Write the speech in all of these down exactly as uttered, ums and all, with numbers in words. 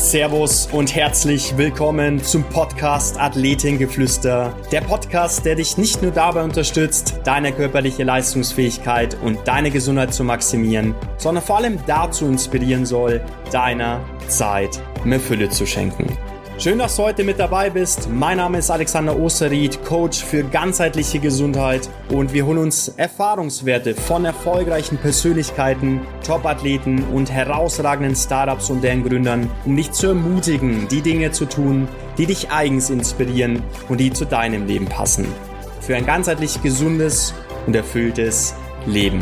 Servus und herzlich willkommen zum Podcast Athletengeflüster. Der Podcast, der dich nicht nur dabei unterstützt, deine körperliche Leistungsfähigkeit und deine Gesundheit zu maximieren, sondern vor allem dazu inspirieren soll, deiner Zeit mehr Fülle zu schenken. Schön, dass du heute mit dabei bist. Mein Name ist Alexander Osterried, Coach für ganzheitliche Gesundheit, und wir holen uns Erfahrungswerte von erfolgreichen Persönlichkeiten, Top-Athleten und herausragenden Startups und deren Gründern, um dich zu ermutigen, die Dinge zu tun, die dich eigens inspirieren und die zu deinem Leben passen. Für ein ganzheitlich gesundes und erfülltes Leben.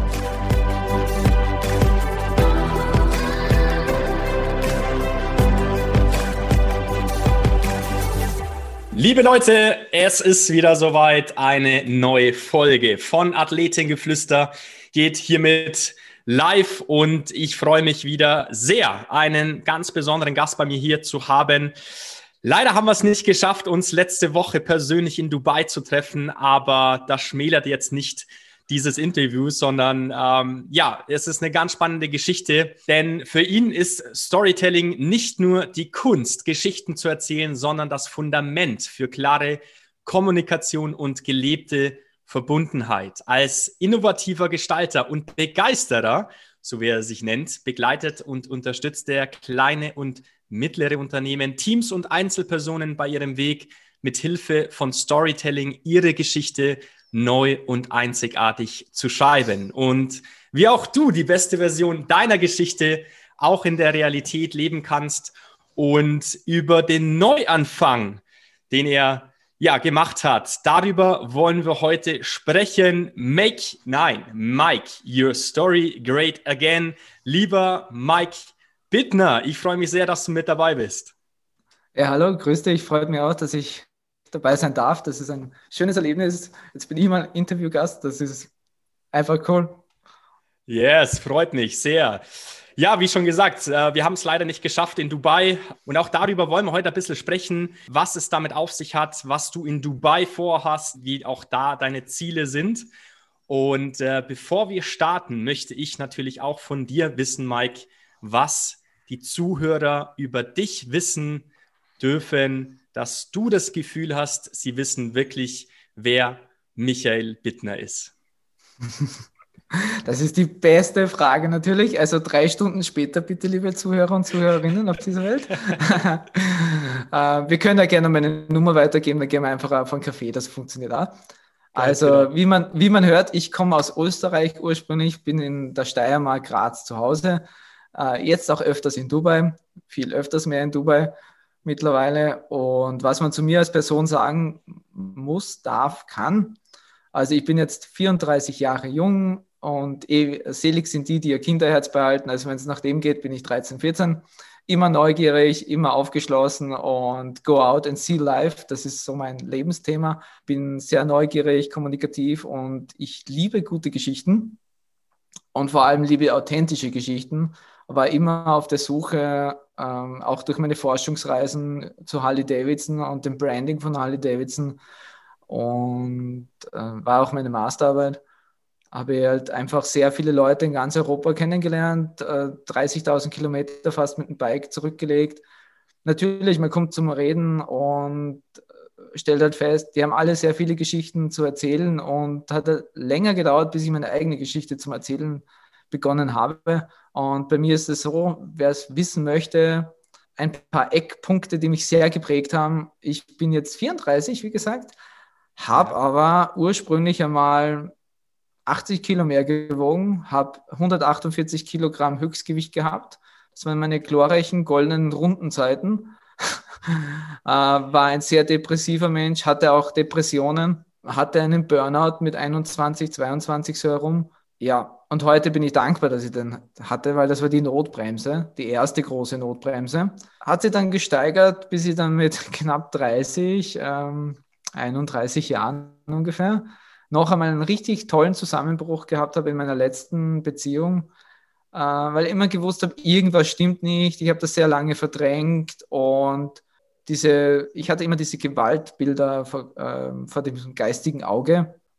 Liebe Leute, es ist wieder soweit. Eine neue Folge von Athletengeflüster geht hiermit live und ich freue mich wieder sehr, einen ganz besonderen Gast bei mir hier zu haben. Leider haben wir es nicht geschafft, uns letzte Woche persönlich in Dubai zu treffen, aber das schmälert jetzt nicht dieses Interview, sondern ähm, ja, es ist eine ganz spannende Geschichte, denn für ihn ist Storytelling nicht nur die Kunst, Geschichten zu erzählen, sondern das Fundament für klare Kommunikation und gelebte Verbundenheit. Als innovativer Gestalter und Begeisterer, so wie er sich nennt, begleitet und unterstützt er kleine und mittlere Unternehmen, Teams und Einzelpersonen bei ihrem Weg, mit Hilfe von Storytelling ihre Geschichte neu und einzigartig zu schreiben. Und wie auch du die beste Version deiner Geschichte auch in der Realität leben kannst. Und über den Neuanfang, den er ja gemacht hat, darüber wollen wir heute sprechen. Make, nein, Mike, your story great again. Lieber Mike Bittner, ich freue mich sehr, dass du mit dabei bist. Ja, hallo, grüß dich. Freut mich auch, dass ich dabei sein darf. Das ist ein schönes Erlebnis. Jetzt bin ich mal Interviewgast. Das ist einfach cool. Yes, freut mich sehr. Ja, wie schon gesagt, wir haben es leider nicht geschafft in Dubai. Und auch darüber wollen wir heute ein bisschen sprechen, was es damit auf sich hat, was du in Dubai vorhast, wie auch da deine Ziele sind. Und äh, bevor wir starten, möchte ich natürlich auch von dir wissen, Mike, was die Zuhörer über dich wissen dürfen, dass du das Gefühl hast, sie wissen wirklich, wer Michael Bittner ist. Das ist die beste Frage natürlich. Also drei Stunden später, bitte, liebe Zuhörer und Zuhörerinnen auf dieser Welt. Wir können ja gerne meine Nummer weitergeben, dann gehen wir einfach auf einen Kaffee, das funktioniert auch. Also genau. wie man, wie man hört, ich komme aus Österreich ursprünglich, bin in der Steiermark, Graz zu Hause, jetzt auch öfters in Dubai, viel öfters mehr in Dubai mittlerweile. Und was man zu mir als Person sagen muss, darf, kann. Also ich bin jetzt vierunddreißig Jahre jung und eh, selig sind die, die ihr Kinderherz behalten. Also wenn es nach dem geht, bin ich dreizehn, vierzehn. Immer neugierig, immer aufgeschlossen und go out and see life. Das ist so mein Lebensthema. Bin sehr neugierig, kommunikativ und ich liebe gute Geschichten und vor allem liebe authentische Geschichten. War immer auf der Suche, ähm, auch durch meine Forschungsreisen zu Harley-Davidson und dem Branding von Harley-Davidson, und äh, war auch meine Masterarbeit. Habe ich halt einfach sehr viele Leute in ganz Europa kennengelernt, äh, dreißigtausend Kilometer fast mit dem Bike zurückgelegt. Natürlich, man kommt zum Reden und stellt halt fest, die haben alle sehr viele Geschichten zu erzählen, und hat halt länger gedauert, bis ich meine eigene Geschichte zum Erzählen begonnen habe. Und bei mir ist es so, wer es wissen möchte, ein paar Eckpunkte, die mich sehr geprägt haben. Ich bin jetzt vierunddreißig, wie gesagt, habe ja. aber ursprünglich einmal achtzig Kilo mehr gewogen, habe hundertachtundvierzig Kilogramm Höchstgewicht gehabt. Das waren meine glorreichen goldenen Rundenzeiten. äh, war ein sehr depressiver Mensch, hatte auch Depressionen, hatte einen Burnout mit einundzwanzig, zweiundzwanzig so herum. Ja, und heute bin ich dankbar, dass ich den hatte, weil das war die Notbremse, die erste große Notbremse. Hat sich dann gesteigert, bis ich dann mit knapp dreißig, ähm, einunddreißig Jahren ungefähr, noch einmal einen richtig tollen Zusammenbruch gehabt habe in meiner letzten Beziehung, äh, weil ich immer gewusst habe, irgendwas stimmt nicht. Ich habe das sehr lange verdrängt und diese, ich hatte immer diese Gewaltbilder vor, äh, vor dem geistigen Auge.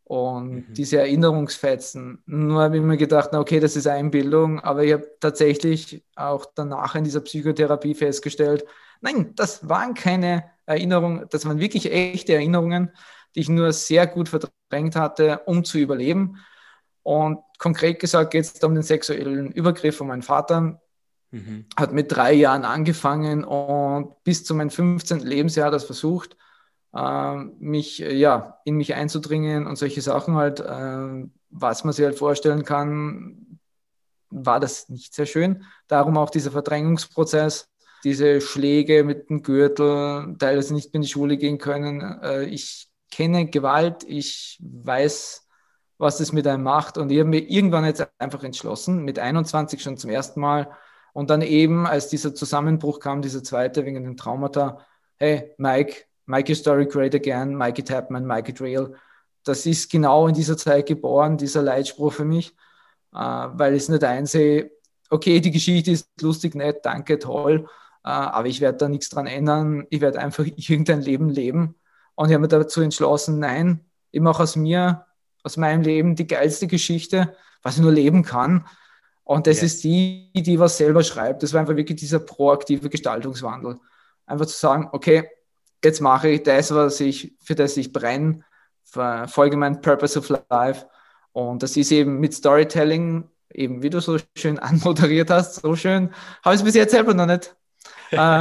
Und Mhm. diese Erinnerungsfetzen, nur habe ich mir gedacht, na okay, das ist Einbildung, aber ich habe tatsächlich auch danach in dieser Psychotherapie festgestellt, nein, das waren keine Erinnerungen, das waren wirklich echte Erinnerungen, die ich nur sehr gut verdrängt hatte, um zu überleben. Und konkret gesagt geht es um den sexuellen Übergriff von meinem Vater. Mhm. Hat mit drei Jahren angefangen und bis zu meinem fünfzehnten Lebensjahr das versucht, äh, mich, äh, ja, in mich einzudringen und solche Sachen halt, äh, was man sich halt vorstellen kann, war das nicht sehr schön. Darum auch dieser Verdrängungsprozess, diese Schläge mit dem Gürtel, teilweise nicht mehr in die Schule gehen können. Äh, ich kenne Gewalt, ich weiß, was das mit einem macht und ich habe mir irgendwann jetzt einfach entschlossen, mit einundzwanzig schon zum ersten Mal und dann eben, als dieser Zusammenbruch kam, dieser zweite wegen dem Traumata, hey, Mike, Make your story great again, Make it happen, Make it real. Das ist genau in dieser Zeit geboren, dieser Leitspruch für mich, äh, weil ich es nicht einsehe, okay, die Geschichte ist lustig, nett, danke, toll, äh, aber ich werde da nichts dran ändern, ich werde einfach irgendein Leben leben. Und ich habe mir dazu entschlossen, nein, ich mache aus mir, aus meinem Leben die geilste Geschichte, was ich nur leben kann. Und das ist Yes. die, die was selber schreibt. Das war einfach wirklich dieser proaktive Gestaltungswandel. Einfach zu sagen, okay, jetzt mache ich das, was ich, für das ich brenne, folge meinem Purpose of Life. Und das ist eben mit Storytelling, eben wie du so schön anmoderiert hast, so schön, habe ich es bis jetzt selber noch nicht äh,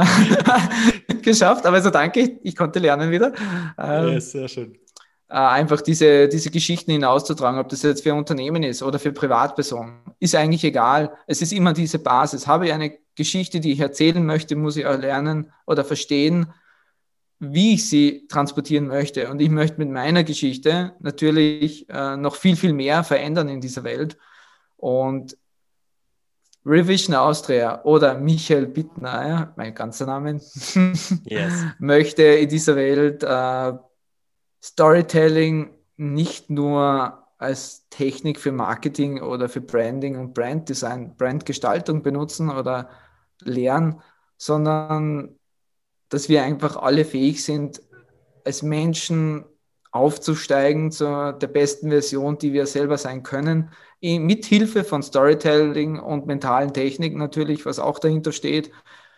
geschafft. Aber also danke, ich, ich konnte lernen wieder. Ähm, Ja, sehr schön. einfach diese, diese Geschichten hinauszutragen, ob das jetzt für Unternehmen ist oder für Privatpersonen, ist eigentlich egal. Es ist immer diese Basis. Habe ich eine Geschichte, die ich erzählen möchte, muss ich auch lernen oder verstehen, wie ich sie transportieren möchte. Und ich möchte mit meiner Geschichte natürlich äh, noch viel, viel mehr verändern in dieser Welt. Und Revision Austria oder Michael Bittner, ja, mein ganzer Name, Yes. möchte in dieser Welt äh, Storytelling nicht nur als Technik für Marketing oder für Branding und Branddesign, Brandgestaltung benutzen oder lernen, sondern dass wir einfach alle fähig sind, als Menschen aufzusteigen zu der besten Version, die wir selber sein können, mit Hilfe von Storytelling und mentalen Technik natürlich, was auch dahinter steht,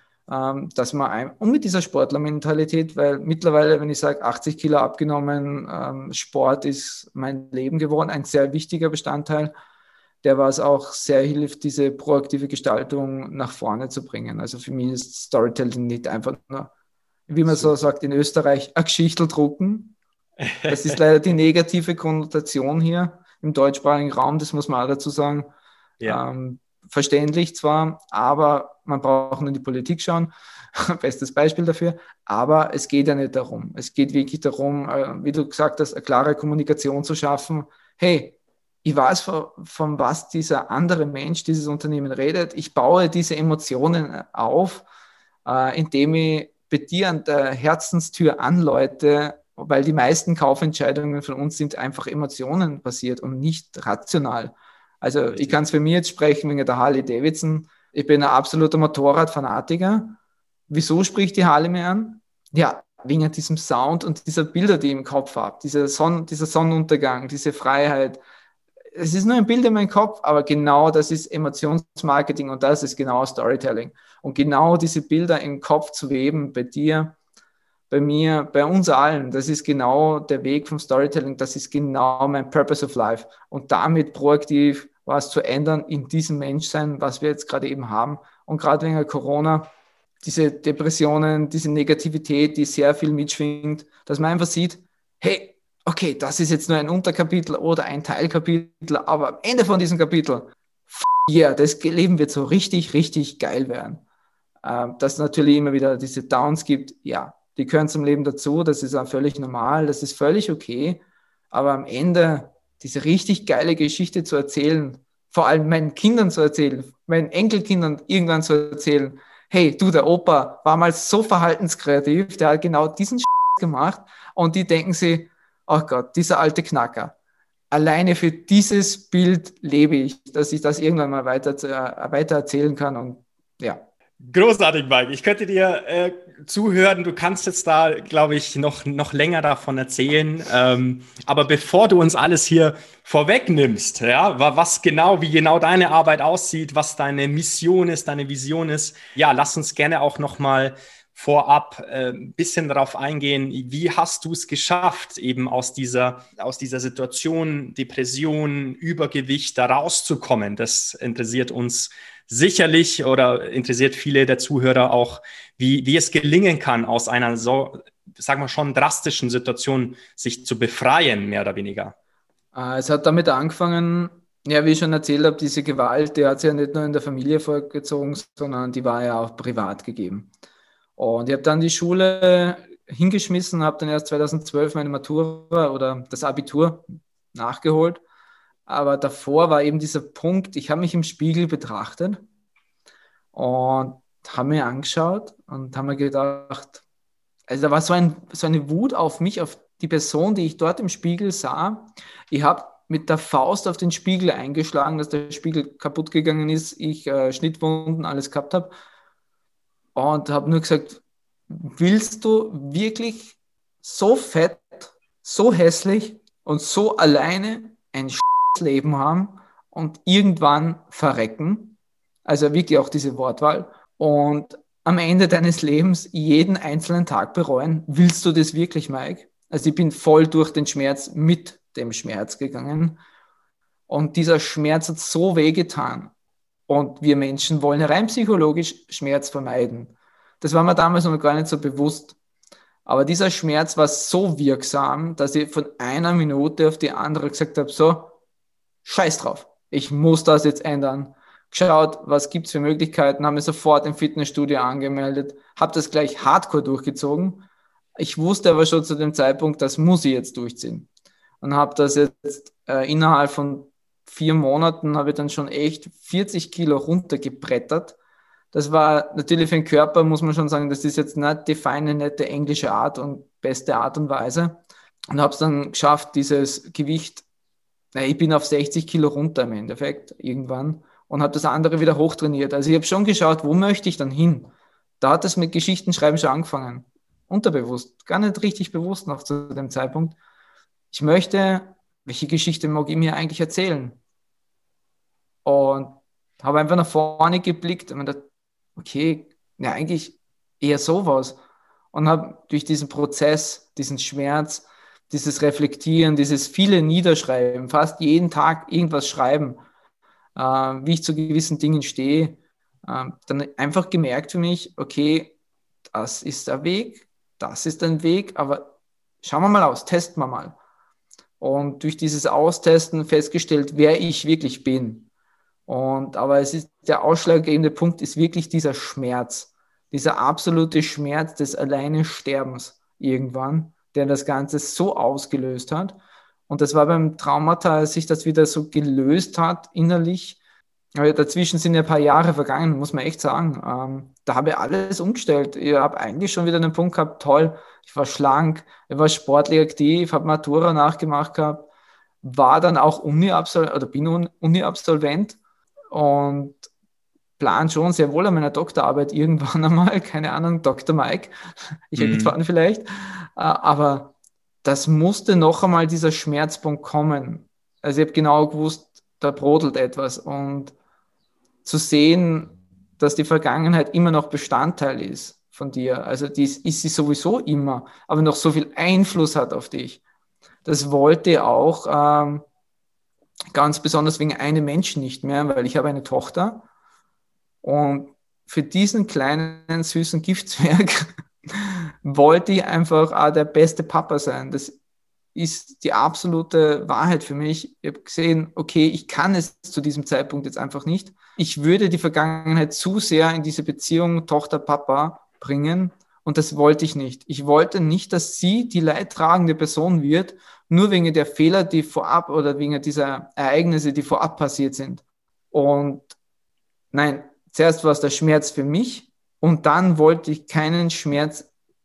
dass man ein, und mit dieser Sportlermentalität, weil mittlerweile, wenn ich sage, achtzig Kilo abgenommen, Sport ist mein Leben geworden, ein sehr wichtiger Bestandteil, der was auch sehr hilft, diese proaktive Gestaltung nach vorne zu bringen. Also für mich ist Storytelling nicht einfach nur, wie man Super. So sagt in Österreich, eine Geschichte drucken. Das ist leider die negative Konnotation hier im deutschsprachigen Raum, das muss man auch dazu sagen. Ja. Ähm, verständlich zwar, aber man braucht nur in die Politik schauen. Bestes Beispiel dafür. Aber es geht ja nicht darum. Es geht wirklich darum, äh, wie du gesagt hast, eine klare Kommunikation zu schaffen. Hey, ich weiß, von, von was dieser andere Mensch, dieses Unternehmen redet. Ich baue diese Emotionen auf, äh, indem ich bei dir an der Herzenstür anläute, weil die meisten Kaufentscheidungen von uns sind einfach emotionenbasiert und nicht rational. Also Richtig. Ich kann es für mich jetzt sprechen wegen der Harley Davidson. Ich bin ein absoluter Motorradfanatiker. Wieso spricht die Harley mir an? Ja, wegen diesem Sound und dieser Bilder, die ich im Kopf habe. Dieser, Son- dieser Sonnenuntergang, diese Freiheit. Es ist nur ein Bild in meinem Kopf, aber genau das ist Emotionsmarketing und das ist genau Storytelling. Und genau diese Bilder im Kopf zu weben, bei dir, bei mir, bei uns allen, das ist genau der Weg vom Storytelling, das ist genau mein Purpose of Life. Und damit proaktiv was zu ändern in diesem Menschsein, was wir jetzt gerade eben haben. Und gerade wegen Corona, diese Depressionen, diese Negativität, die sehr viel mitschwingt, dass man einfach sieht, hey, okay, das ist jetzt nur ein Unterkapitel oder ein Teilkapitel, aber am Ende von diesem Kapitel, ja, yeah, das Leben wird so richtig, richtig geil werden. Ähm, dass es natürlich immer wieder diese Downs gibt, ja, die gehören zum Leben dazu, das ist auch völlig normal, das ist völlig okay, aber am Ende diese richtig geile Geschichte zu erzählen, vor allem meinen Kindern zu erzählen, meinen Enkelkindern irgendwann zu erzählen, hey, du, der Opa war mal so verhaltenskreativ, der hat genau diesen gemacht und die denken sich, oh Gott, dieser alte Knacker. Alleine für dieses Bild lebe ich, dass ich das irgendwann mal weiter, äh, weiter erzählen kann und ja. Großartig, Mike. Ich könnte dir äh, zuhören. Du kannst jetzt da, glaube ich, noch, noch länger davon erzählen. Ähm, aber bevor du uns alles hier vorwegnimmst, ja, was genau, wie genau deine Arbeit aussieht, was deine Mission ist, deine Vision ist, ja, lass uns gerne auch noch mal vorab äh, ein bisschen darauf eingehen, wie hast du es geschafft, eben aus dieser, aus dieser Situation, Depression, Übergewicht da rauszukommen? Das interessiert uns sicherlich oder interessiert viele der Zuhörer auch, wie, wie es gelingen kann, aus einer so, sagen wir schon, drastischen Situation sich zu befreien, mehr oder weniger. Äh, Es hat damit angefangen, ja, wie ich schon erzählt habe, diese Gewalt, die hat sich ja nicht nur in der Familie vorgezogen, sondern die war ja auch privat gegeben. Und ich habe dann die Schule hingeschmissen, habe dann erst zweitausendzwölf meine Matura oder das Abitur nachgeholt. Aber davor war eben dieser Punkt, ich habe mich im Spiegel betrachtet und habe mir angeschaut und habe mir gedacht, also da war so, ein, so eine Wut auf mich, auf die Person, die ich dort im Spiegel sah. Ich habe mit der Faust auf den Spiegel eingeschlagen, dass der Spiegel kaputt gegangen ist, ich äh, Schnittwunden, alles gehabt habe und habe nur gesagt, willst du wirklich so fett, so hässlich und so alleine ein Leben haben und irgendwann verrecken? Also wirklich auch diese Wortwahl. Und am Ende deines Lebens jeden einzelnen Tag bereuen. Willst du das wirklich, Mike? Also ich bin voll durch den Schmerz mit dem Schmerz gegangen. Und dieser Schmerz hat so wehgetan. Und wir Menschen wollen rein psychologisch Schmerz vermeiden. Das war mir damals noch gar nicht so bewusst. Aber dieser Schmerz war so wirksam, dass ich von einer Minute auf die andere gesagt habe, so, scheiß drauf, ich muss das jetzt ändern. Geschaut, was gibt es für Möglichkeiten, habe mich sofort im Fitnessstudio angemeldet, habe das gleich hardcore durchgezogen. Ich wusste aber schon zu dem Zeitpunkt, das muss ich jetzt durchziehen. Und habe das jetzt äh, innerhalb von vier Monaten, habe ich dann schon echt vierzig Kilo runtergebrettert. Das war natürlich für den Körper, muss man schon sagen, das ist jetzt nicht die feine, nette englische Art und beste Art und Weise. Und habe es dann geschafft, dieses Gewicht, na, ich bin auf sechzig Kilo runter im Endeffekt irgendwann und habe das andere wieder hochtrainiert. Also ich habe schon geschaut, wo möchte ich dann hin? Da hat es mit Geschichtenschreiben schon angefangen. Unterbewusst, gar nicht richtig bewusst noch zu dem Zeitpunkt. Ich möchte, welche Geschichte mag ich mir eigentlich erzählen? Und habe einfach nach vorne geblickt und mir gedacht, okay, ja, eigentlich eher sowas. Und habe durch diesen Prozess, diesen Schmerz, dieses Reflektieren, dieses viele Niederschreiben, fast jeden Tag irgendwas schreiben, äh, wie ich zu gewissen Dingen stehe, äh, dann einfach gemerkt für mich, okay, das ist der Weg, das ist ein Weg, aber schauen wir mal aus, testen wir mal. Und durch dieses Austesten festgestellt, wer ich wirklich bin. Und, aber es ist der ausschlaggebende Punkt ist wirklich dieser Schmerz, dieser absolute Schmerz des alleine Sterbens irgendwann, der das Ganze so ausgelöst hat. Und das war beim Traumata, als sich das wieder so gelöst hat innerlich. Aber dazwischen sind ja ein paar Jahre vergangen, muss man echt sagen. Ähm, da habe ich alles umgestellt. Ich habe eigentlich schon wieder einen Punkt gehabt, toll, ich war schlank, ich war sportlich aktiv, habe Matura nachgemacht gehabt, war dann auch Uni-Absolvent oder bin Uni-Absolvent und plan schon sehr wohl an meiner Doktorarbeit irgendwann einmal, keine Ahnung, Doktor Mike, ich mhm. irgendwann vielleicht, aber das musste noch einmal dieser Schmerzpunkt kommen. Also ich habe genau gewusst, da brodelt etwas und zu sehen, dass die Vergangenheit immer noch Bestandteil ist von dir, also die ist, ist sie sowieso immer, aber noch so viel Einfluss hat auf dich. Das wollte ich auch ähm, ganz besonders wegen einem Menschen nicht mehr, weil ich habe eine Tochter und für diesen kleinen, süßen Giftzwerg wollte ich einfach auch der beste Papa sein. Das ist die absolute Wahrheit für mich. Ich habe gesehen, okay, ich kann es zu diesem Zeitpunkt jetzt einfach nicht. Ich würde die Vergangenheit zu sehr in diese Beziehung Tochter-Papa bringen und das wollte ich nicht. Ich wollte nicht, dass sie die leidtragende Person wird, nur wegen der Fehler, die vorab oder wegen dieser Ereignisse, die vorab passiert sind. Und nein, zuerst war es der Schmerz für mich und dann wollte ich keinen Schmerz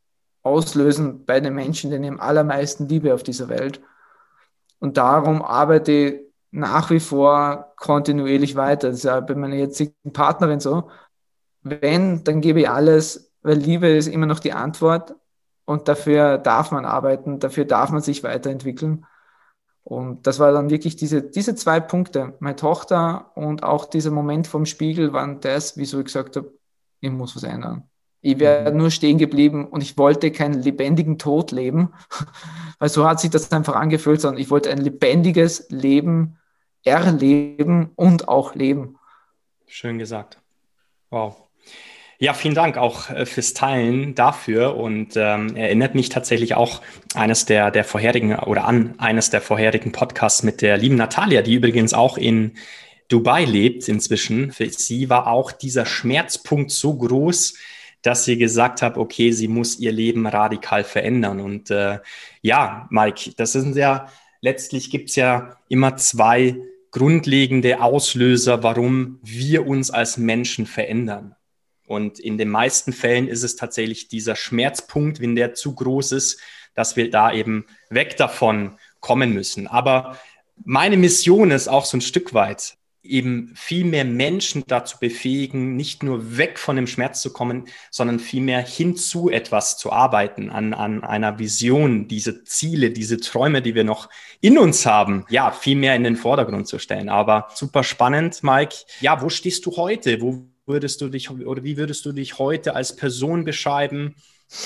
auslösen bei den Menschen, denen ich am allermeisten liebe auf dieser Welt. Und darum arbeite ich nach wie vor kontinuierlich weiter. Das ist ja bei meiner jetzigen Partnerin so. Wenn, dann gebe ich alles, weil Liebe ist immer noch die Antwort und dafür darf man arbeiten, dafür darf man sich weiterentwickeln. Und das war dann wirklich diese, diese zwei Punkte, meine Tochter und auch dieser Moment vom Spiegel waren das, wieso ich gesagt habe, ich muss was ändern. Ich wäre Mhm. nur stehen geblieben und ich wollte keinen lebendigen Tod leben, weil so hat sich das einfach angefühlt, sondern ich wollte ein lebendiges Leben erleben und auch leben. Schön gesagt. Wow. Ja, vielen Dank auch äh, fürs Teilen dafür und ähm, erinnert mich tatsächlich auch eines der, der vorherigen oder an eines der vorherigen Podcasts mit der lieben Natalia, die übrigens auch in Dubai lebt inzwischen. Für sie war auch dieser Schmerzpunkt so groß, dass sie gesagt hat, okay, sie muss ihr Leben radikal verändern. Und äh, ja, Mike, das sind ja, letztlich gibt es ja immer zwei grundlegende Auslöser, warum wir uns als Menschen verändern. Und in den meisten Fällen ist es tatsächlich dieser Schmerzpunkt, wenn der zu groß ist, dass wir da eben weg davon kommen müssen. Aber meine Mission ist auch so ein Stück weit, eben viel mehr Menschen dazu befähigen, nicht nur weg von dem Schmerz zu kommen, sondern viel mehr hinzu etwas zu arbeiten, an, an einer Vision, diese Ziele, diese Träume, die wir noch in uns haben, ja, viel mehr in den Vordergrund zu stellen. Aber super spannend, Mike. Ja, wo stehst du heute? Wo würdest du dich oder wie würdest du dich heute als Person beschreiben?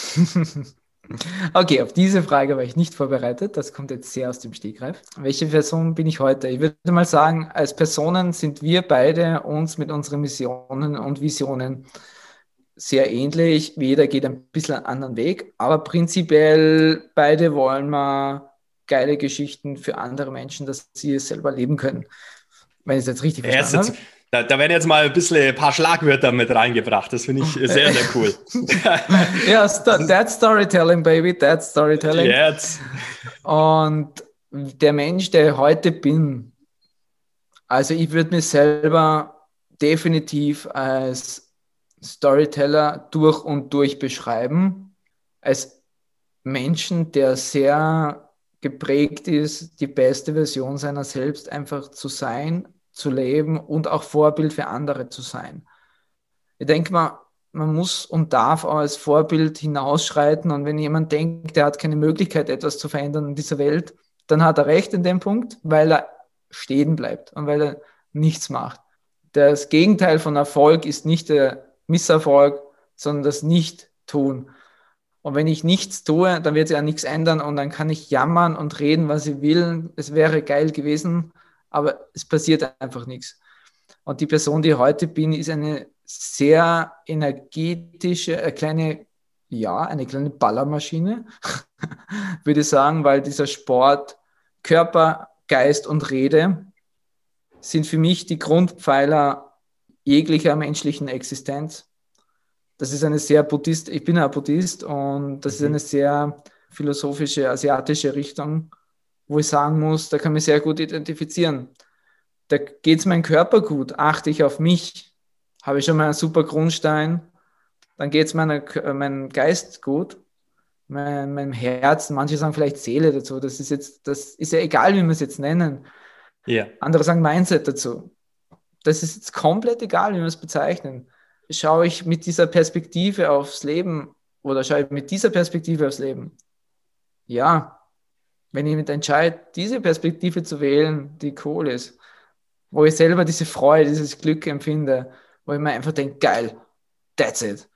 Okay, auf diese Frage war ich nicht vorbereitet. Das kommt jetzt sehr aus dem Stegreif. Welche Person bin ich heute? Ich würde mal sagen, als Personen sind wir beide uns mit unseren Missionen und Visionen sehr ähnlich. Jeder geht ein bisschen einen anderen Weg, aber prinzipiell beide wollen wir geile Geschichten für andere Menschen, dass sie es selber leben können. Wenn ich es jetzt richtig verstanden Jetzt, habe. da, da werden jetzt mal ein bisschen ein paar Schlagwörter mit reingebracht. Das finde ich sehr, sehr cool. Ja, that's Storytelling, baby, that's Storytelling. Jetzt. Und der Mensch, der ich heute bin, also ich würde mich selber definitiv als Storyteller durch und durch beschreiben, als Menschen, der sehr geprägt ist, die beste Version seiner selbst einfach zu sein, zu leben und auch Vorbild für andere zu sein. Ich denke mal, man muss und darf auch als Vorbild hinausschreiten und wenn jemand denkt, der hat keine Möglichkeit, etwas zu verändern in dieser Welt, dann hat er recht in dem Punkt, weil er stehen bleibt und weil er nichts macht. Das Gegenteil von Erfolg ist nicht der Misserfolg, sondern das Nicht-Tun. Und wenn ich nichts tue, dann wird sich ja nichts ändern und dann kann ich jammern und reden, was ich will. Es wäre geil gewesen, aber es passiert einfach nichts. Und die Person, die ich heute bin, ist eine sehr energetische, eine kleine, ja, eine kleine Ballermaschine, würde ich sagen, weil dieser Sport, Körper, Geist und Rede sind für mich die Grundpfeiler jeglicher menschlichen Existenz. Das ist eine sehr Buddhist, ich bin ein Buddhist und das mhm. ist eine sehr philosophische, asiatische Richtung, wo ich sagen muss, da kann ich mich sehr gut identifizieren. Da geht es meinem Körper gut, achte ich auf mich, habe ich schon mal einen super Grundstein, dann geht es meinem Geist gut, mein, meinem Herzen, manche sagen vielleicht Seele dazu, das ist jetzt, das ist ja egal, wie wir es jetzt nennen. Yeah. Andere sagen Mindset dazu. Das ist jetzt komplett egal, wie wir es bezeichnen. Schaue ich mit dieser Perspektive aufs Leben oder schaue ich mit dieser Perspektive aufs Leben? Ja, wenn ich mit entscheide, diese Perspektive zu wählen, die cool ist, wo ich selber diese Freude, dieses Glück empfinde, wo ich mir einfach denke, geil, that's it.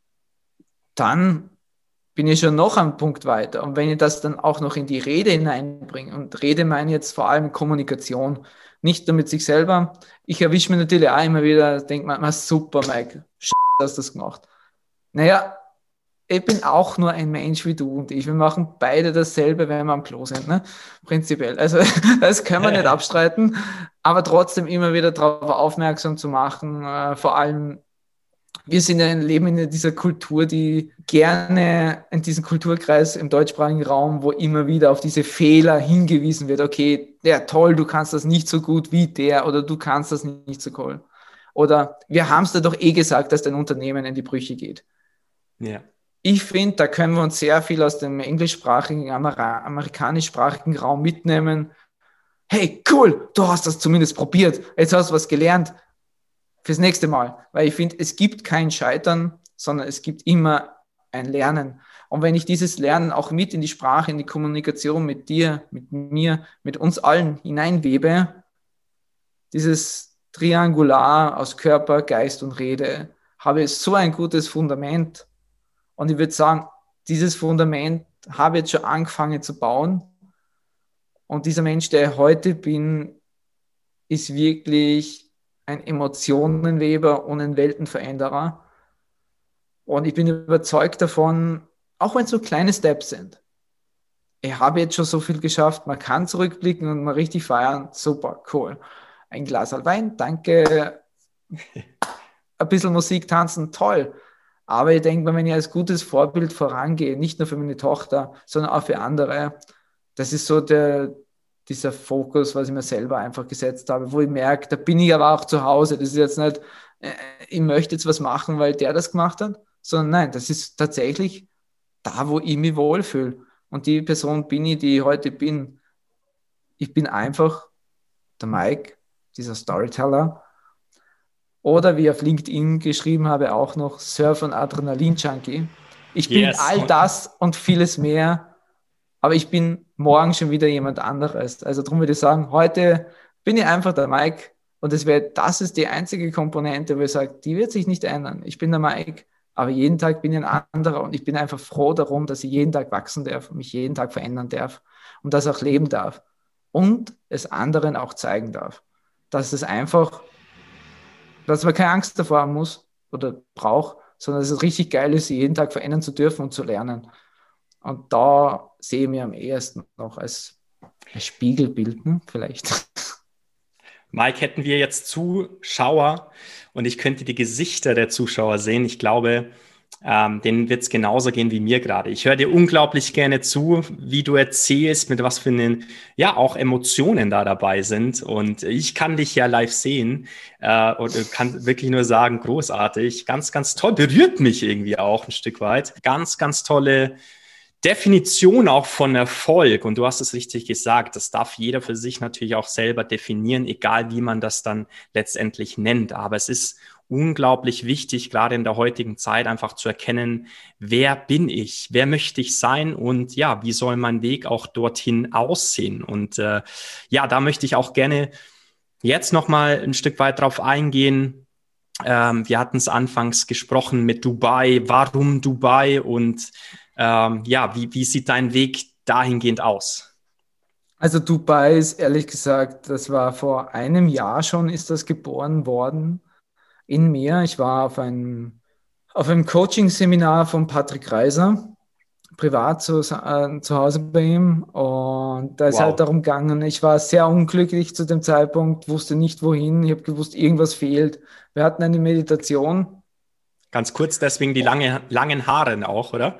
Dann bin ich schon noch einen Punkt weiter. Und wenn ich das dann auch noch in die Rede hineinbringe, und Rede meine ich jetzt vor allem Kommunikation, nicht nur mit sich selber. Ich erwische mich natürlich auch immer wieder, denke mir, super, Mike, Sch***, hast du das gemacht. Naja, ich bin auch nur ein Mensch wie du und ich. Wir machen beide dasselbe, wenn wir am Klo sind, ne? Prinzipiell. Also das können wir nicht abstreiten, aber trotzdem immer wieder darauf aufmerksam zu machen, äh, vor allem wir sind ja, leben in dieser Kultur, die gerne in diesem Kulturkreis im deutschsprachigen Raum, wo immer wieder auf diese Fehler hingewiesen wird. Okay, ja toll, du kannst das nicht so gut wie der oder du kannst das nicht so cool. Oder wir haben es dir doch eh gesagt, dass dein Unternehmen in die Brüche geht. Ja. Ich finde, da können wir uns sehr viel aus dem englischsprachigen, Amer- amerikanischsprachigen Raum mitnehmen. Hey, cool, du hast das zumindest probiert. Jetzt hast du was gelernt. Fürs nächste Mal, weil ich finde, es gibt kein Scheitern, sondern es gibt immer ein Lernen. Und wenn ich dieses Lernen auch mit in die Sprache, in die Kommunikation mit dir, mit mir, mit uns allen hineinwebe, dieses Triangular aus Körper, Geist und Rede, habe ich so ein gutes Fundament. Und ich würde sagen, dieses Fundament habe ich jetzt schon angefangen zu bauen. Und dieser Mensch, der ich heute bin, ist wirklich ein Emotionenweber und ein Weltenveränderer. Und ich bin überzeugt davon, auch wenn es so kleine Steps sind. Ich habe jetzt schon so viel geschafft, man kann zurückblicken und mal richtig feiern. Super, cool. Ein Glas Wein, danke. Ein bisschen Musik, tanzen, toll. Aber ich denke mal, wenn ich als gutes Vorbild vorangehe, nicht nur für meine Tochter, sondern auch für andere, das ist so der, dieser Fokus, was ich mir selber einfach gesetzt habe, wo ich merke, da bin ich aber auch zu Hause. Das ist jetzt nicht, äh, ich möchte jetzt was machen, weil der das gemacht hat, sondern nein, das ist tatsächlich da, wo ich mich wohlfühle. Und die Person bin ich, die ich heute bin. Ich bin einfach der Mike, dieser Storyteller. Oder wie ich auf LinkedIn geschrieben habe, auch noch Surf- und Adrenalin-Junkie. Ich bin Yes. all das und vieles mehr, aber ich bin morgen schon wieder jemand anderes. Also darum würde ich sagen, heute bin ich einfach der Mike und das, wär, das ist die einzige Komponente, wo ich sage, die wird sich nicht ändern. Ich bin der Mike, aber jeden Tag bin ich ein anderer und ich bin einfach froh darum, dass ich jeden Tag wachsen darf und mich jeden Tag verändern darf und das auch leben darf und es anderen auch zeigen darf. Dass es einfach, dass man keine Angst davor haben muss oder braucht, sondern dass es richtig geil ist, sich jeden Tag verändern zu dürfen und zu lernen. Und da sehe ich mich am ehesten noch als, als Spiegelbild, ne? Vielleicht. Mike, hätten wir jetzt Zuschauer und ich könnte die Gesichter der Zuschauer sehen, ich glaube, ähm, denen wird es genauso gehen wie mir gerade. Ich höre dir unglaublich gerne zu, wie du erzählst, mit was für einen, ja, auch Emotionen da dabei sind. Und ich kann dich ja live sehen äh, und kann wirklich nur sagen, großartig, ganz, ganz toll, berührt mich irgendwie auch ein Stück weit. Ganz, ganz tolle Definition auch von Erfolg, und du hast es richtig gesagt, das darf jeder für sich natürlich auch selber definieren, egal wie man das dann letztendlich nennt. Aber es ist unglaublich wichtig, gerade in der heutigen Zeit einfach zu erkennen, wer bin ich, wer möchte ich sein und ja, wie soll mein Weg auch dorthin aussehen? Und äh, ja, da möchte ich auch gerne jetzt nochmal ein Stück weit drauf eingehen. Ähm, wir hatten es anfangs gesprochen mit Dubai, warum Dubai und Ähm, ja, wie, wie sieht dein Weg dahingehend aus? Also Dubai ist ehrlich gesagt, das war vor einem Jahr schon, ist das geboren worden in mir. Ich war auf einem, auf einem Coaching-Seminar von Patrick Reiser, privat zu, äh, zu Hause bei ihm. Und da ist Wow. halt darum gegangen, ich war sehr unglücklich zu dem Zeitpunkt, wusste nicht wohin, ich habe gewusst, irgendwas fehlt. Wir hatten eine Meditation. Ganz kurz, deswegen die lange, langen Haare auch, oder?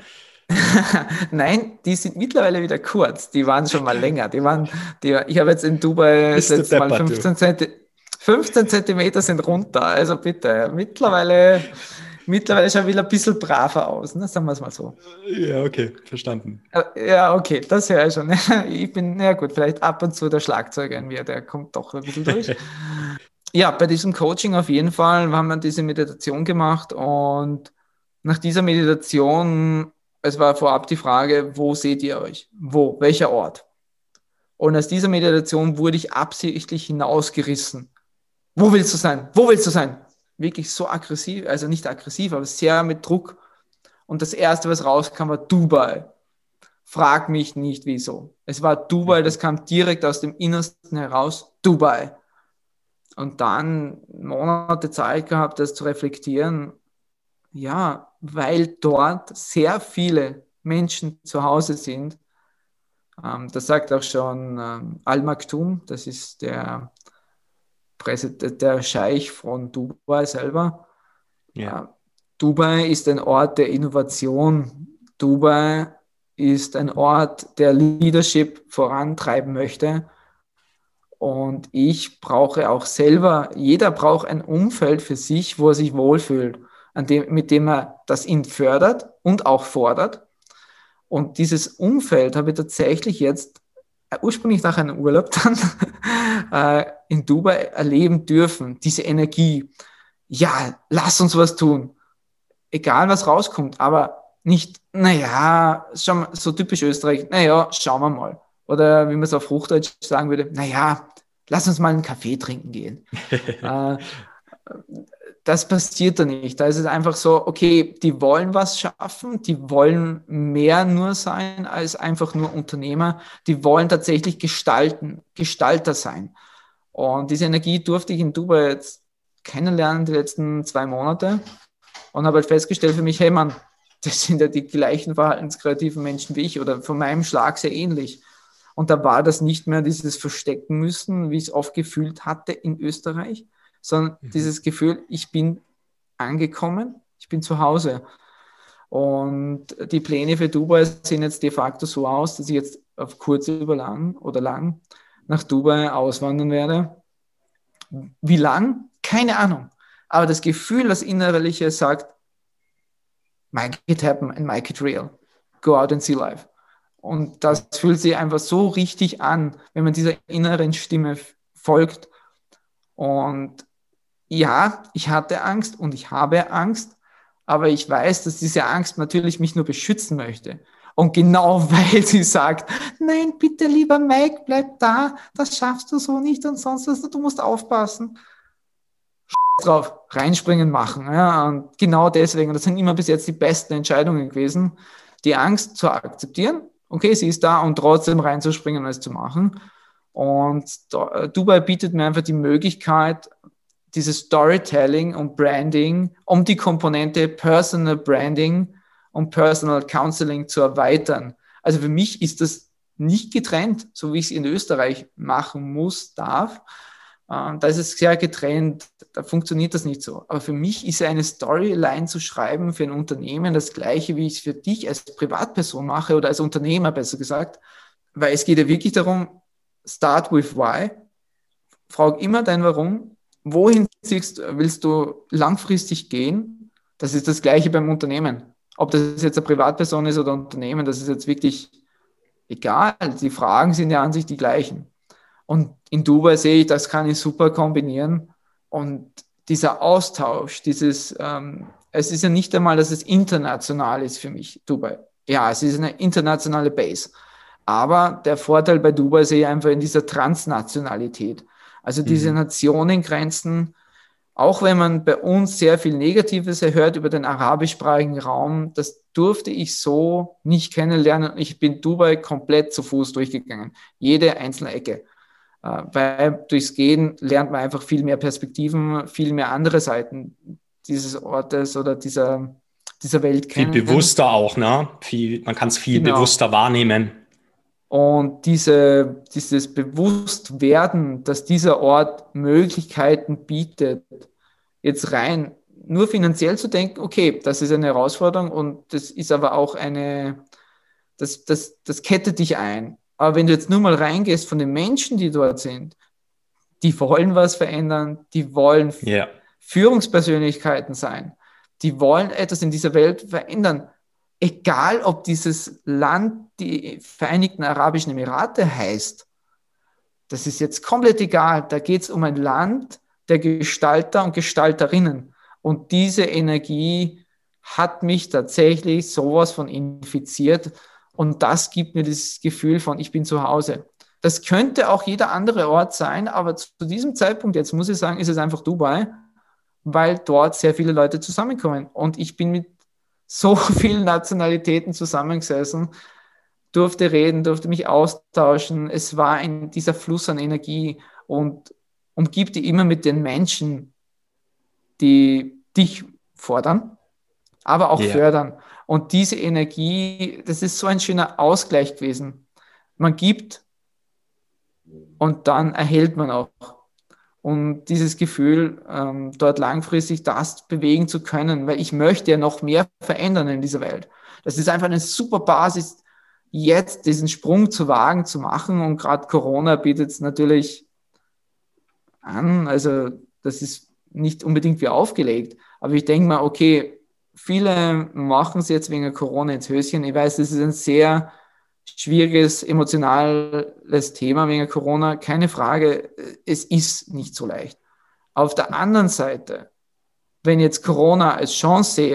Nein, die sind mittlerweile wieder kurz. Die waren schon mal länger. Die waren, die, ich habe jetzt in Dubai das Bist du letzte Mal deppert, fünfzehn, Zenti- fünfzehn Zentimeter sind runter. Also bitte, mittlerweile, mittlerweile schauen wir ein bisschen braver aus. Ne? Sagen wir es mal so. Ja, okay, verstanden. Äh, Ja, okay, das höre ich schon. Ich bin, ja gut, vielleicht ab und zu der Schlagzeuger in mir, der kommt doch ein bisschen durch. Ja, bei diesem Coaching auf jeden Fall haben wir diese Meditation gemacht und nach dieser Meditation, es war vorab die Frage, wo seht ihr euch? Wo? Welcher Ort? Und aus dieser Meditation wurde ich absichtlich hinausgerissen. Wo willst du sein? Wo willst du sein? Wirklich so aggressiv, also nicht aggressiv, aber sehr mit Druck. Und das Erste, was rauskam, war Dubai. Frag mich nicht, wieso. Es war Dubai, das kam direkt aus dem Innersten heraus. Dubai. Und dann Monate Zeit gehabt, das zu reflektieren. Ja, weil dort sehr viele Menschen zu Hause sind. Ähm, das sagt auch schon ähm, Al Maktoum, das ist der Präsident, der Scheich von Dubai selber. Ja. Äh, Dubai ist ein Ort der Innovation. Dubai ist ein Ort, der Leadership vorantreiben möchte. Und ich brauche auch selber, jeder braucht ein Umfeld für sich, wo er sich wohlfühlt, an dem, mit dem er das ihn fördert und auch fordert. Und dieses Umfeld habe ich tatsächlich jetzt äh, ursprünglich nach einem Urlaub dann äh, in Dubai erleben dürfen. Diese Energie. Ja, lass uns was tun. egal was rauskommt, aber nicht, naja, schon so typisch Österreich, naja, schauen wir mal. Oder wie man es auf Hochdeutsch sagen würde, naja, lass uns mal einen Kaffee trinken gehen. äh, Das passiert da nicht. Da ist es einfach so, okay, die wollen was schaffen, die wollen mehr nur sein als einfach nur Unternehmer, die wollen tatsächlich gestalten, Gestalter sein. Und diese Energie durfte ich in Dubai jetzt kennenlernen, die letzten zwei Monate, und habe halt festgestellt für mich, hey Mann, das sind ja die gleichen verhaltenskreativen Menschen wie ich oder von meinem Schlag sehr ähnlich. Und da war das nicht mehr dieses Verstecken müssen, wie ich es oft gefühlt hatte in Österreich, sondern mhm. dieses Gefühl, ich bin angekommen, ich bin zu Hause. Und die Pläne für Dubai sehen jetzt de facto so aus, dass ich jetzt auf kurz über lang oder lang nach Dubai auswandern werde. Wie lang? Keine Ahnung. Aber das Gefühl, das Innerliche sagt, make it happen and make it real. Go out and see life. Und das fühlt sich einfach so richtig an, wenn man dieser inneren Stimme folgt. Und ja, ich hatte Angst und ich habe Angst, aber ich weiß, dass diese Angst natürlich mich nur beschützen möchte. Und genau weil sie sagt, nein, bitte lieber Mike, bleib da, das schaffst du so nicht und sonst was, du musst aufpassen. Drauf, reinspringen, machen. Ja, und genau deswegen, das sind immer bis jetzt die besten Entscheidungen gewesen, die Angst zu akzeptieren, okay, sie ist da, und trotzdem reinzuspringen und es zu machen. Und Dubai bietet mir einfach die Möglichkeit, dieses Storytelling und Branding um die Komponente Personal Branding und Personal Counseling zu erweitern. Also für mich ist das nicht getrennt, so wie ich es in Österreich machen muss, darf. Da ist es sehr getrennt, da funktioniert das nicht so. Aber für mich ist eine Storyline zu schreiben für ein Unternehmen das Gleiche, wie ich es für dich als Privatperson mache oder als Unternehmer, besser gesagt. Weil es geht ja wirklich darum, start with why. Frag immer dein Warum. Wohin siehst, willst du langfristig gehen? Das ist das Gleiche beim Unternehmen. Ob das jetzt eine Privatperson ist oder ein Unternehmen, das ist jetzt wirklich egal. Die Fragen sind ja an sich die gleichen. Und in Dubai sehe ich, das kann ich super kombinieren. Und dieser Austausch, dieses, ähm, es ist ja nicht einmal, dass es international ist für mich, Dubai. Ja, es ist eine internationale Base. Aber der Vorteil bei Dubai sehe ich einfach in dieser Transnationalität. Also diese mhm. Nationengrenzen, auch wenn man bei uns sehr viel Negatives erhört über den arabischsprachigen Raum, das durfte ich so nicht kennenlernen. Ich bin Dubai komplett zu Fuß durchgegangen, jede einzelne Ecke. Weil durchs Gehen lernt man einfach viel mehr Perspektiven, viel mehr andere Seiten dieses Ortes oder dieser, dieser Welt kennen. Viel bewusster auch, ne? Viel, man kann es viel genau. bewusster wahrnehmen. Und diese, dieses Bewusstwerden, dass dieser Ort Möglichkeiten bietet, jetzt rein nur finanziell zu denken, okay, das ist eine Herausforderung und das ist aber auch eine, das, das, das kettet dich ein. Aber wenn du jetzt nur mal reingehst von den Menschen, die dort sind, die wollen was verändern, die wollen yeah. Führungspersönlichkeiten sein, die wollen etwas in dieser Welt verändern. Egal, ob dieses Land die Vereinigten Arabischen Emirate heißt, das ist jetzt komplett egal. Da geht es um ein Land der Gestalter und Gestalterinnen. Und diese Energie hat mich tatsächlich sowas von infiziert. Und das gibt mir das Gefühl von, ich bin zu Hause. Das könnte auch jeder andere Ort sein, aber zu diesem Zeitpunkt, jetzt muss ich sagen, ist es einfach Dubai, weil dort sehr viele Leute zusammenkommen. Und ich bin mit so vielen Nationalitäten zusammengesessen, durfte reden, durfte mich austauschen. Es war ein, dieser Fluss an Energie und umgibt dich immer mit den Menschen, die dich fordern, aber auch yeah. fördern. Und diese Energie, das ist so ein schöner Ausgleich gewesen. Man gibt und dann erhält man auch. Und dieses Gefühl, ähm, dort langfristig das bewegen zu können, weil ich möchte ja noch mehr verändern in dieser Welt. Das ist einfach eine super Basis, jetzt diesen Sprung zu wagen, zu machen. Und gerade Corona bietet es natürlich an. Also das ist nicht unbedingt wie aufgelegt. Aber ich denke mal, okay, viele machen es jetzt wegen Corona ins Höschen. Ich weiß, das ist ein sehr schwieriges, emotionales Thema wegen Corona. Keine Frage, es ist nicht so leicht. Auf der anderen Seite, wenn jetzt Corona als Chance sehe,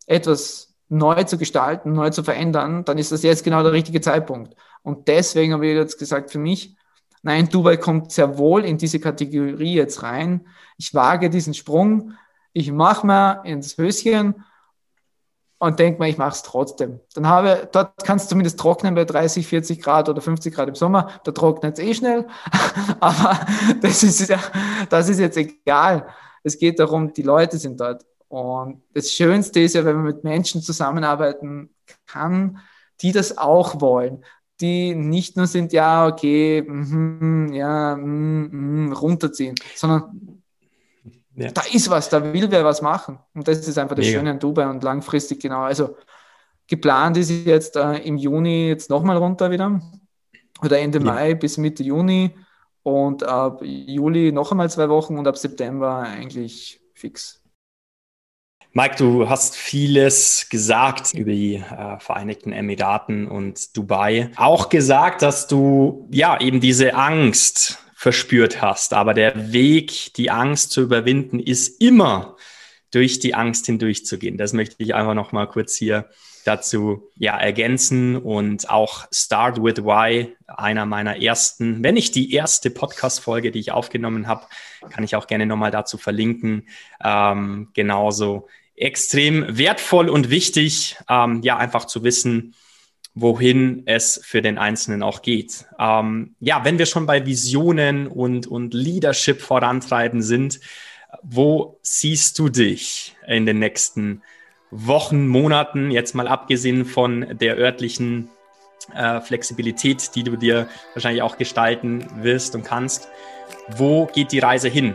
etwas neu zu gestalten, neu zu verändern, dann ist das jetzt genau der richtige Zeitpunkt. Und deswegen habe ich jetzt gesagt für mich, nein, Dubai kommt sehr wohl in diese Kategorie jetzt rein. Ich wage diesen Sprung, ich mache mir ins Höschen und denke mir, ich mache es trotzdem. Dann habe, dort kannst du zumindest trocknen bei dreißig, vierzig Grad oder fünfzig Grad im Sommer. Da trocknet es eh schnell. Aber das ist, ja, das ist jetzt egal. Es geht darum, die Leute sind dort. Und das Schönste ist ja, wenn man mit Menschen zusammenarbeiten kann, die das auch wollen. Die nicht nur sind, ja, okay, mm, ja, mm, mm, runterziehen, sondern ja. Da ist was, da will wer was machen. Und das ist einfach das Mega. Schöne an Dubai und langfristig genau. Also geplant ist jetzt äh, im Juni jetzt nochmal runter wieder oder Ende ja. Mai bis Mitte Juni und ab Juli noch einmal zwei Wochen und ab September eigentlich fix. Mike, du hast vieles gesagt über die äh, Vereinigten Emiraten und Dubai. Auch gesagt, dass du ja eben diese Angst verspürt hast. Aber der Weg, die Angst zu überwinden, ist immer durch die Angst hindurchzugehen. Das möchte ich einfach noch mal kurz hier dazu ja, ergänzen. Und auch Start with Why, einer meiner ersten, wenn nicht die erste Podcast-Folge, die ich aufgenommen habe, kann ich auch gerne nochmal dazu verlinken. Ähm, genauso extrem wertvoll und wichtig, ähm, ja, einfach zu wissen, wohin es für den Einzelnen auch geht. Ähm, ja, wenn wir schon bei Visionen und, und Leadership vorantreiben sind, wo siehst du dich in den nächsten Wochen, Monaten, jetzt mal abgesehen von der örtlichen äh, Flexibilität, die du dir wahrscheinlich auch gestalten wirst und kannst? Wo geht die Reise hin?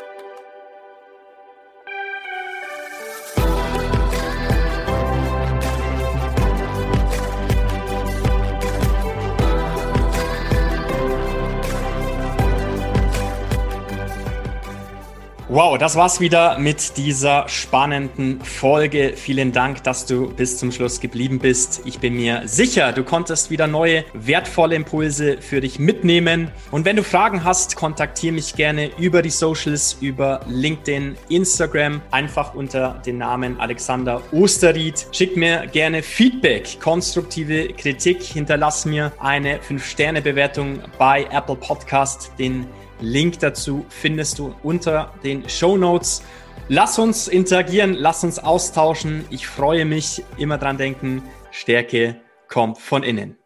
Wow, das war's wieder mit dieser spannenden Folge. Vielen Dank, dass du bis zum Schluss geblieben bist. Ich bin mir sicher, du konntest wieder neue, wertvolle Impulse für dich mitnehmen. Und wenn du Fragen hast, kontaktiere mich gerne über die Socials, über LinkedIn, Instagram, einfach unter dem Namen Alexander Osterried. Schick mir gerne Feedback, konstruktive Kritik, hinterlass mir eine fünf Sterne Bewertung bei Apple Podcast. Den Link dazu findest du unter den Shownotes. Lass uns interagieren, lass uns austauschen. Ich freue mich, immer dran denken, Stärke kommt von innen.